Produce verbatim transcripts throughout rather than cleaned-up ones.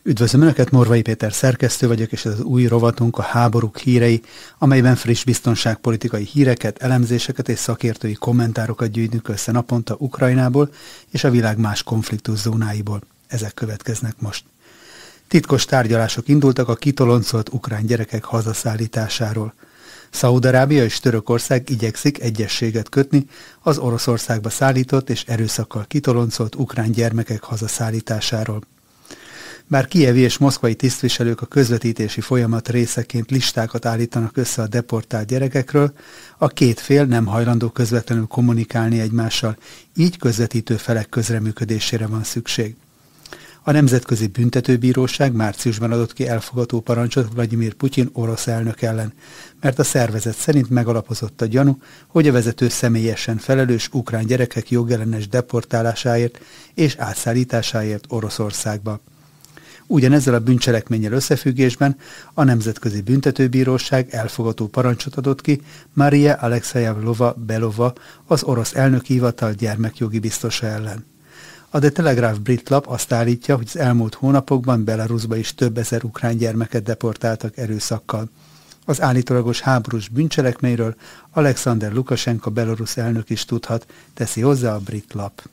Üdvözlöm Önöket, Morvai Péter szerkesztő vagyok, és ez az új rovatunk a háborúk hírei, amelyben friss biztonságpolitikai híreket, elemzéseket és szakértői kommentárokat gyűjtünk össze naponta Ukrajnából és a világ más konfliktuszónáiból. Ezek következnek most. Titkos tárgyalások indultak a kitoloncolt ukrán gyerekek hazaszállításáról. Szaúd-Arábia és Törökország igyekszik egyezséget kötni az Oroszországba szállított és erőszakkal kitoloncolt ukrán gyermekek hazaszállításáról. Bár kijevi és moszkvai tisztviselők a közvetítési folyamat részeként listákat állítanak össze a deportált gyerekekről, a két fél nem hajlandó közvetlenül kommunikálni egymással, így közvetítő felek közreműködésére van szükség. A Nemzetközi Büntetőbíróság márciusban adott ki elfogató parancsot Vladimir Putyin orosz elnök ellen, mert a szervezet szerint megalapozott a gyanú, hogy a vezető személyesen felelős ukrán gyerekek jogellenes deportálásáért és átszállításáért Oroszországba. Ugyanezzel a bűncselekménnyel összefüggésben a Nemzetközi Büntetőbíróság elfogató parancsot adott ki Maria Alexejevlova-Belova, az orosz elnöki hivatal gyermekjogi biztosa ellen. A The Telegraph brit lap azt állítja, hogy az elmúlt hónapokban Belarusba is több ezer ukrán gyermeket deportáltak erőszakkal. Az állítólagos háborús bűncselekményről Alexander Lukasenko belarusz elnök is tudhat, teszi hozzá a brit lap.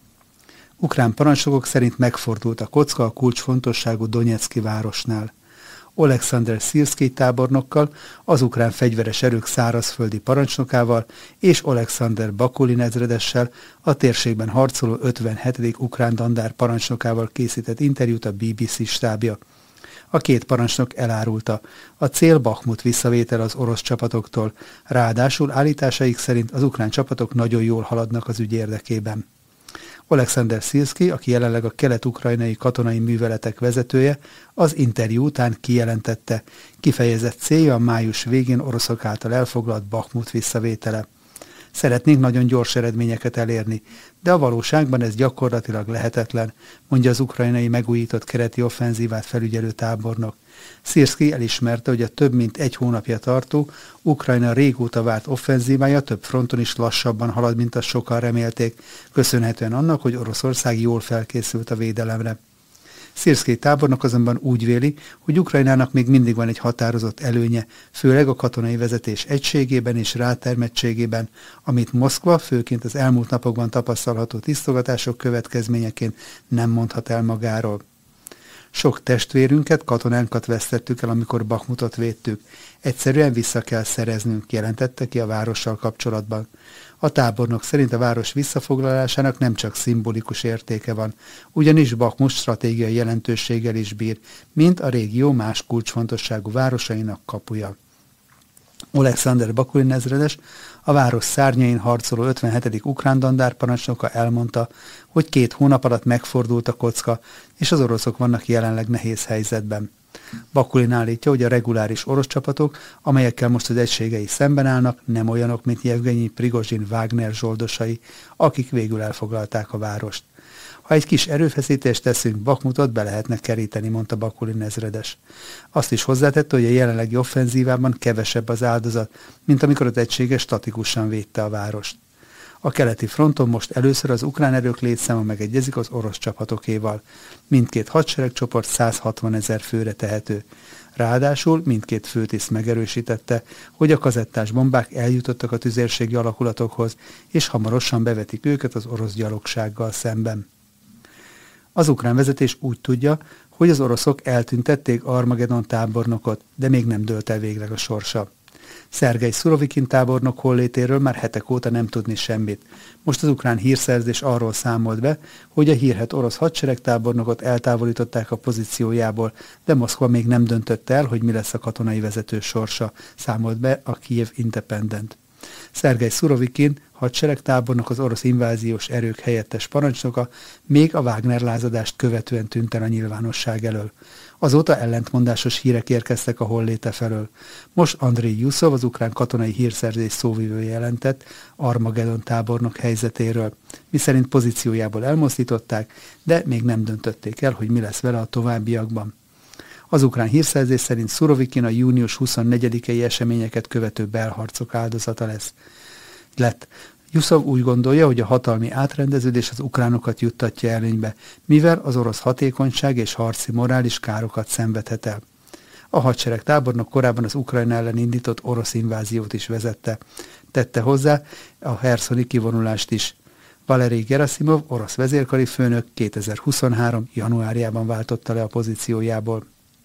Ukrán parancsnokok szerint megfordult a kocka a kulcsfontosságú Donyecky városnál. Oleksandr Szirszkij tábornokkal, az ukrán fegyveres erők szárazföldi parancsnokával és Oleksandr Bakulin ezredessel, a térségben harcoló ötvenhetedik ukrán dandár parancsnokával készített interjút a bé bé cé stábja. A két parancsnok elárulta, a cél Bakhmut visszavétel az orosz csapatoktól, ráadásul állításaik szerint az ukrán csapatok nagyon jól haladnak az ügy érdekében. Oleksandr Szirszkij, aki jelenleg a kelet-ukrajnai katonai műveletek vezetője, az interjú után kijelentette, kifejezett célja a május végén oroszok által elfoglalt Bakhmut visszavétele. Szeretnénk nagyon gyors eredményeket elérni, de a valóságban ez gyakorlatilag lehetetlen, mondja az ukrajnai megújított keleti offenzívát felügyelő tábornok. Szirszkij elismerte, hogy a több mint egy hónapja tartó Ukrajna régóta várt offenzívája több fronton is lassabban halad, mint azt sokan remélték, köszönhetően annak, hogy Oroszország jól felkészült a védelemre. Szirszkij tábornok azonban úgy véli, hogy Ukrajnának még mindig van egy határozott előnye, főleg a katonai vezetés egységében és rátermettségében, amit Moszkva főként az elmúlt napokban tapasztalható tisztogatások következményeként nem mondhat el magáról. Sok testvérünket, katonánkat vesztettük el, amikor Bakhmutot védtük. Egyszerűen vissza kell szereznünk, jelentette ki a várossal kapcsolatban. A tábornok szerint a város visszafoglalásának nem csak szimbolikus értéke van, ugyanis Bakhmut stratégiai jelentőséggel is bír, mint a régió más kulcsfontosságú városainak kapuja. Oleksandr Bakulin ezredes, a város szárnyain harcoló ötvenhetedik ukrán dandár parancsnoka elmondta, hogy két hónap alatt megfordult a kocka, és az oroszok vannak jelenleg nehéz helyzetben. Bakulin állítja, hogy a reguláris orosz csapatok, amelyekkel most az egységei szemben állnak, nem olyanok, mint Jevgenyi Prigozsin Wagner zsoldosai, akik végül elfoglalták a várost. Ha egy kis erőfeszítést teszünk, Bakhmutot be lehetne keríteni, mondta Bakulin ezredes. Azt is hozzátette, hogy a jelenlegi offenzívában kevesebb az áldozat, mint amikor az egysége statikusan védte a várost. A keleti fronton most először az ukrán erők létszáma megegyezik az orosz csapatokéval. Mindkét hadseregcsoport száz hatvanezer főre tehető. Ráadásul mindkét főtiszt megerősítette, hogy a kazettás bombák eljutottak a tüzérségi alakulatokhoz, és hamarosan bevetik őket az orosz gyalogsággal szemben. Az ukrán vezetés úgy tudja, hogy az oroszok eltüntették Armagedon tábornokot, de még nem dőlt el végleg a sorsa. Szergej Szurovikin tábornok hollétéről már hetek óta nem tudni semmit. Most az ukrán hírszerzés arról számolt be, hogy a hírhedt orosz hadseregtábornokot eltávolították a pozíciójából, de Moszkva még nem döntötte el, hogy mi lesz a katonai vezető sorsa, számolt be a Kiev Independent. Szergej Szurovikin hadseregtábornok, az orosz inváziós erők helyettes parancsnoka még a Wagner lázadást követően tűnt el a nyilvánosság elől. Azóta ellentmondásos hírek érkeztek a holléte felől. Most Andrij Juszov, az ukrán katonai hírszerzés szóvivője jelentett Armagedon tábornok helyzetéről, miszerint pozíciójából elmozdították, de még nem döntötték el, hogy mi lesz vele a továbbiakban. Az ukrán hírszerzés szerint Szurovikin a június huszonnegyedikei eseményeket követő belharcok áldozata lesz. Lett. Jusov úgy gondolja, hogy a hatalmi átrendeződés az ukránokat juttatja előnybe, mivel az orosz hatékonyság és harci morális károkat szenvedhet el. A hadsereg tábornok korábban az Ukrajna ellen indított orosz inváziót is vezette. Tette hozzá a herszoni kivonulást is. Valerij Gerasimov, orosz vezérkari főnök kétezer-huszonhárom. januárjában váltotta le a pozíciójából.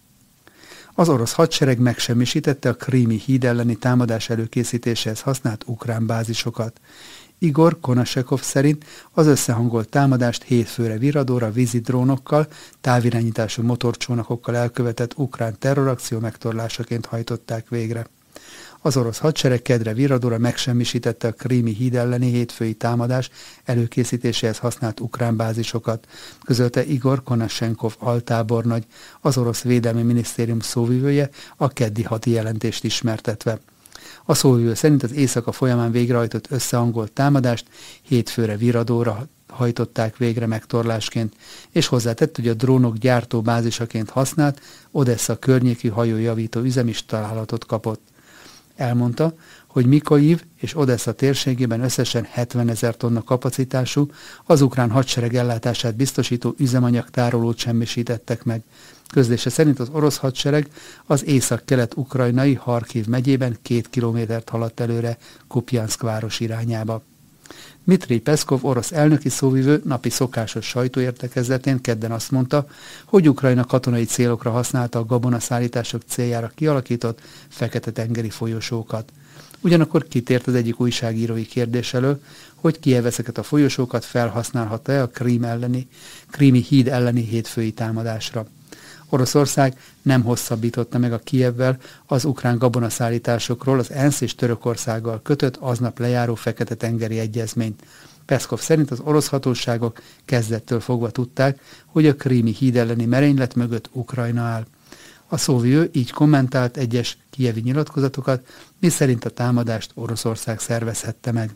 Az orosz hadsereg megsemmisítette a krími híd elleni támadás előkészítéséhez használt ukrán bázisokat. Igor Konasekov szerint az összehangolt támadást hétfőre Viradóra vízidrónokkal, távirányítású motorcsónakokkal elkövetett ukrán terrorakció megtorlásaként hajtották végre. Az orosz hadsereg kedre Viradóra megsemmisítette a krími híd elleni hétfői támadás előkészítéséhez használt ukrán bázisokat, közölte Igor Konashenkov altábornagy, az orosz védelmi minisztérium szóvivője a keddi hati jelentést ismertetve. A szóvivő szerint az éjszaka folyamán végrehajtott összehangolt támadást hétfőre Viradóra hajtották végre megtorlásként, és hozzátett, hogy a drónok gyártóbázisaként használt Odessa környéki hajójavító üzem is találatot kapott. Elmondta, hogy Mikojiv és Odessa térségében összesen hetvenezer tonna kapacitású, az ukrán hadsereg ellátását biztosító üzemanyagtárolót semmisítettek meg. Közlése szerint az orosz hadsereg az észak-kelet-ukrajnai Harkiv megyében két kilométert haladt előre Kupjanszk város irányába. Dmitrij Peszkov orosz elnöki szóvivő napi szokásos sajtóértekezletén kedden azt mondta, hogy Ukrajna katonai célokra használta a gabonaszállítások céljára kialakított Fekete-tengeri folyosókat. Ugyanakkor kitért az egyik újságírói kérdés elől, hogy Kijev ezeket a folyosókat felhasználhatta-e a Krím elleni, krími híd elleni hétfői támadásra. Oroszország nem hosszabbította meg a Kijevvel az ukrán gabonaszállításokról az ENSZ és Törökországgal kötött aznap lejáró Fekete-tengeri egyezményt. Peszkov szerint az orosz hatóságok kezdettől fogva tudták, hogy a krími híd elleni merénylet mögött Ukrajna áll. A szóvivő így kommentált egyes kijevi nyilatkozatokat, miszerint a támadást Oroszország szervezhette meg.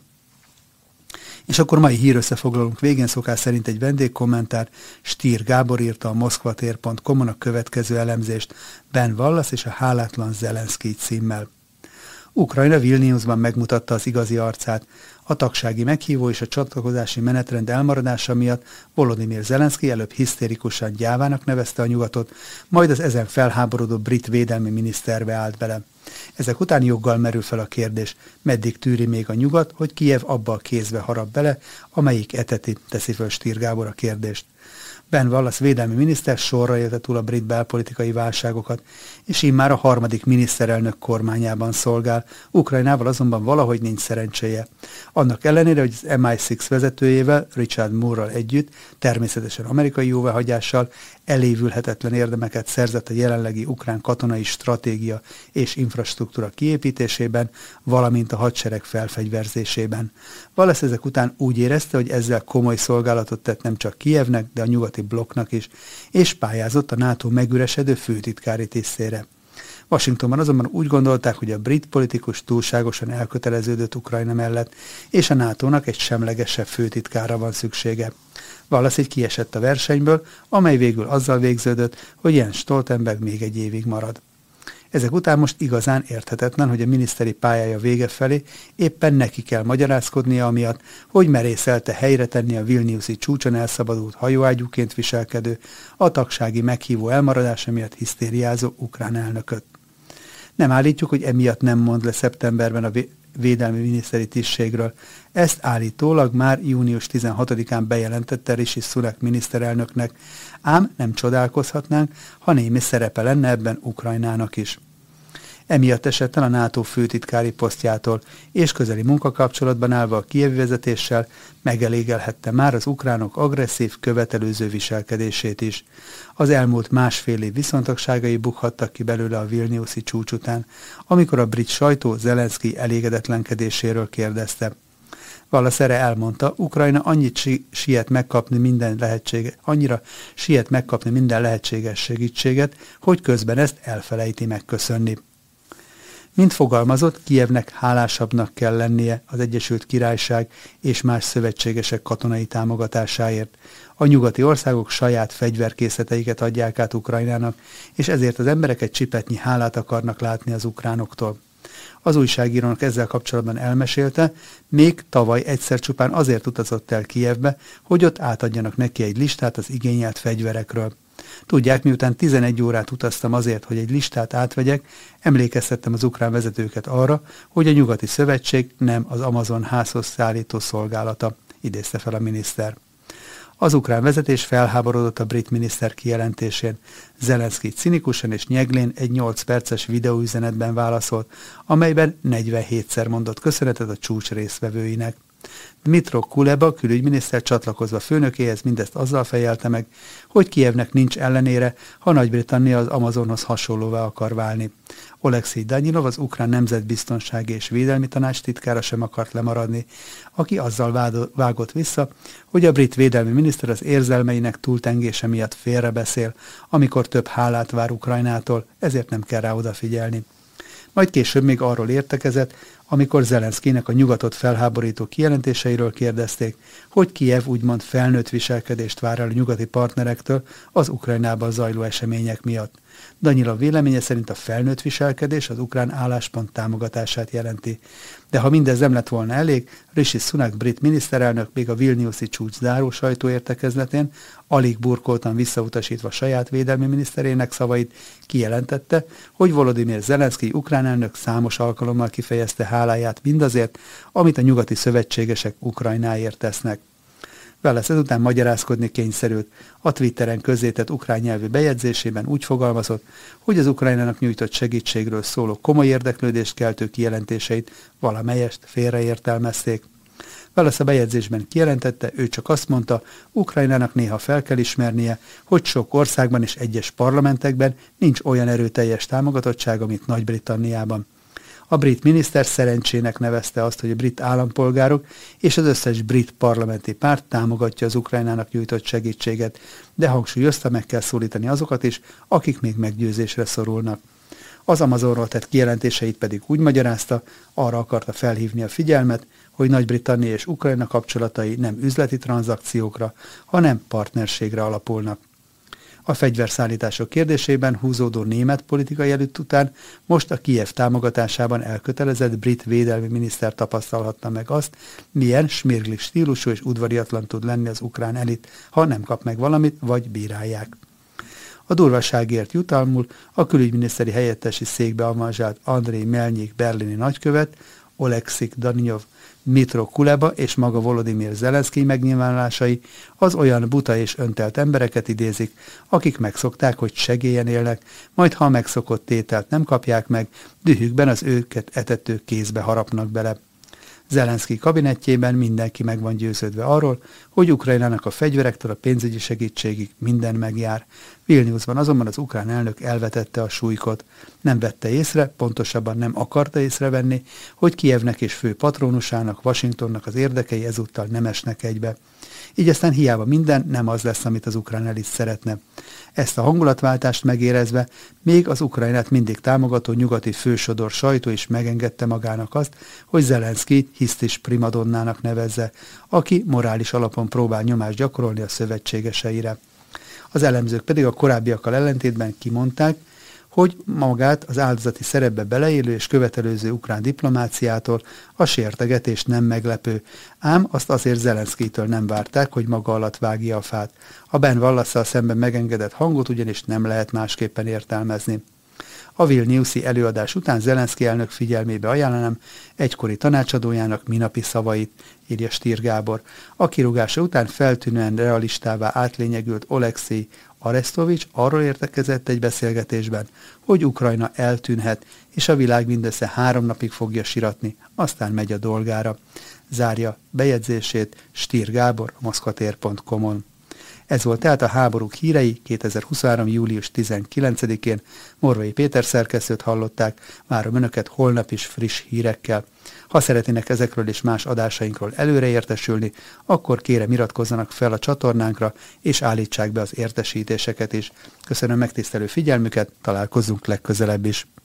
És akkor mai hírösszefoglalunk végén szokás szerint egy vendégkommentár. Stír Gábor írta a moszkvatér pont com-on a következő elemzést, Ben Wallace és a hálátlan Zelenszkij címmel. Ukrajna Vilniusban megmutatta az igazi arcát. A tagsági meghívó és a csatlakozási menetrend elmaradása miatt Volodymyr Zelenszkij előbb hisztérikusan gyávának nevezte a nyugatot, majd az ezen felháborodó brit védelmi miniszterbe állt bele. Ezek után joggal merül fel a kérdés, meddig tűri még a nyugat, hogy Kijev abba a kézbe harap bele, amelyik eteti, teszi föl Stír Gábor a kérdést. Ben Wallace védelmi miniszter sorra élte túl a brit belpolitikai válságokat, és immár a harmadik miniszterelnök kormányában szolgál, Ukrajnával azonban valahogy nincs szerencséje. Annak ellenére, hogy az em i hat vezetőjével, Richard Moore-ral együtt, természetesen amerikai jóváhagyással elévülhetetlen érdemeket szerzett a jelenlegi ukrán katonai stratégia és infrastruktúra kiépítésében, valamint a hadsereg felfegyverzésében. Wallace ezek után úgy érezte, hogy ezzel komoly szolgálatot tett nem csak Kijevnek, de a nyugati blokknak is, és pályázott a NATO megüresedő főtitkári tisztére. Washingtonban azonban úgy gondolták, hogy a brit politikus túlságosan elköteleződött Ukrajna mellett, és a nátónak egy semlegesebb főtitkára van szüksége. Wallace így kiesett a versenyből, amely végül azzal végződött, hogy Jens Stoltenberg még egy évig marad. Ezek után most igazán érthetetlen, hogy a miniszteri pályája vége felé éppen neki kell magyarázkodnia amiatt, hogy merészelte helyre tenni a vilniuszi csúcson elszabadult hajóágyúként viselkedő, a tagsági meghívó elmaradása miatt hisztériázó ukrán elnököt. Nem állítjuk, hogy emiatt nem mond le szeptemberben a védelmi miniszteri tisztségről. Ezt állítólag már június tizenhatodikán bejelentette Rishi Sunak miniszterelnöknek, ám nem csodálkozhatnánk, ha némi szerepe lenne ebben Ukrajnának is. Emiatt esett el a NATO főtitkári posztjától, és közeli munkakapcsolatban állva a kijevi vezetéssel megelégelhette már az ukránok agresszív, követelőző viselkedését is. Az elmúlt másfél év viszontagságai bukhattak ki belőle a vilniuszi csúcs után, amikor a brit sajtó Zelenszkij elégedetlenkedéséről kérdezte. Wallace erre elmondta, Ukrajna annyit si- siet megkapni minden lehetséges, annyira siet megkapni minden lehetséges segítséget, hogy közben ezt elfelejti megköszönni. Mint fogalmazott, Kijevnek hálásabbnak kell lennie az Egyesült Királyság és más szövetségesek katonai támogatásáért. A nyugati országok saját fegyverkészleteiket adják át Ukrajnának, és ezért az emberek egy csipetnyi hálát akarnak látni az ukránoktól. Az újságírónak ezzel kapcsolatban elmesélte, még tavaly egyszer csupán azért utazott el Kijevbe, hogy ott átadjanak neki egy listát az igényelt fegyverekről. Tudják, miután tizenegy órát utaztam azért, hogy egy listát átvegyek, emlékeztettem az ukrán vezetőket arra, hogy a Nyugati Szövetség nem az Amazon házhoz szállító szolgálata, idézte fel a miniszter. Az ukrán vezetés felháborodott a brit miniszter kijelentésén. Zelenszky cinikusan és nyeglén egy nyolc perces videóüzenetben válaszolt, amelyben negyvenhétszer mondott köszönetet a csúcs résztvevőinek. Dmytro Kuleba külügyminiszter csatlakozva főnökéhez mindezt azzal fejelte meg, hogy Kijevnek nincs ellenére, ha Nagy-Britannia az Amazonhoz hasonlóvá akar válni. Oleksij Danyilov, az ukrán nemzetbiztonsági és védelmi tanács titkára sem akart lemaradni, aki azzal vágott vissza, hogy a brit védelmi miniszter az érzelmeinek túltengése miatt félrebeszél, amikor több hálát vár Ukrajnától, ezért nem kell rá odafigyelni. Majd később még arról értekezett, amikor Zelenszkynek a nyugatot felháborító kijelentéseiről kérdezték, hogy Kijev úgymond felnőtt viselkedést vár el a nyugati partnerektől az Ukrajnában zajló események miatt. Danyilov véleménye szerint a felnőtt viselkedés az ukrán álláspont támogatását jelenti. De ha mindez nem lett volna elég, Rishi Sunak brit miniszterelnök még a Vilniuszi csúcs záró sajtóértekezletén, alig burkoltan visszautasítva saját védelmi miniszterének szavait, kijelentette, hogy Volodymyr Zelenszky ukrán elnök számos alkalommal kifejezte háláját mindazért, amit a nyugati szövetségesek Ukrajnáért tesznek. Wallace ezután magyarázkodni kényszerült. A Twitteren közzétett ukrán nyelvű bejegyzésében úgy fogalmazott, hogy az Ukrajnának nyújtott segítségről szóló komoly érdeklődést keltő kijelentéseit valamelyest félreértelmezték. Wallace a bejegyzésben kijelentette, ő csak azt mondta, Ukrajnának néha fel kell ismernie, hogy sok országban és egyes parlamentekben nincs olyan erőteljes támogatottsága, mint Nagy-Britanniában. A brit miniszter szerencsének nevezte azt, hogy a brit állampolgárok és az összes brit parlamenti párt támogatja az Ukrajnának nyújtott segítséget, de hangsúlyozta, meg kell szólítani azokat is, akik még meggyőzésre szorulnak. Az Amazonról tett kijelentéseit pedig úgy magyarázta, arra akarta felhívni a figyelmet, hogy Nagy-Britannia és Ukrajna kapcsolatai nem üzleti tranzakciókra, hanem partnerségre alapulnak. A fegyverszállítások kérdésében húzódó német politikai előtt után most a Kijev támogatásában elkötelezett brit védelmi miniszter tapasztalhatta meg azt, milyen smirglik stílusú és udvariatlan tud lenni az ukrán elit, ha nem kap meg valamit, vagy bírálják. A durvaságért jutalmul a külügyminiszteri helyettesi székbe avanzsált Andrei Melnyik berlini nagykövet, Oleksij Danyilov, Dmytro Kuleba és maga Volodymyr Zelenszky megnyilvánulásai az olyan buta és öntelt embereket idézik, akik megszokták, hogy segélyen élnek, majd ha a megszokott tételt nem kapják meg, dühükben az őket etető kézbe harapnak bele. Zelenszky kabinettjében mindenki meg van győződve arról, hogy Ukrajnának a fegyverektől a pénzügyi segítségig minden megjár. Vilniusban azonban az ukrán elnök elvetette a súlykot. Nem vette észre, pontosabban nem akarta észrevenni, hogy Kijevnek és fő patronusának, Washingtonnak az érdekei ezúttal nem esnek egybe. Így aztán hiába minden nem az lesz, amit az ukrán elit szeretne. Ezt a hangulatváltást megérezve még az Ukrajnát mindig támogató nyugati fősodor sajtó is megengedte magának azt, hogy Zelenszkyt hisztis primadonnának nevezze, aki morális alapon próbál nyomást gyakorolni a szövetségeseire. Az elemzők pedig a korábbiakkal ellentétben kimondták, hogy magát az áldozati szerepbe beleélő és követelőző ukrán diplomáciától a sértegetés nem meglepő, ám azt azért Zelenszkytől nem várták, hogy maga alatt vágja a fát. A Ben Wallace-szal szemben megengedett hangot ugyanis nem lehet másképpen értelmezni. A Vilniuszi előadás után Zelenszky elnök figyelmébe ajánlanám egykori tanácsadójának minapi szavait, írja Stier Gábor. A kirúgása után feltűnően realistává átlényegült Oleksij Arestovics arról értekezett egy beszélgetésben, hogy Ukrajna eltűnhet, és a világ mindössze három napig fogja siratni, aztán megy a dolgára. Zárja bejegyzését Stier Gábor a moszkvatér pont com-on. Ez volt tehát a háborúk hírei kétezer-huszonhárom. július tizenkilencedikén. Morvai Péter szerkesztőt hallották, várom önöket holnap is friss hírekkel. Ha szeretnének ezekről és más adásainkról előre értesülni, akkor kérem iratkozzanak fel a csatornánkra, és állítsák be az értesítéseket is. Köszönöm megtisztelő figyelmüket, találkozzunk legközelebb is.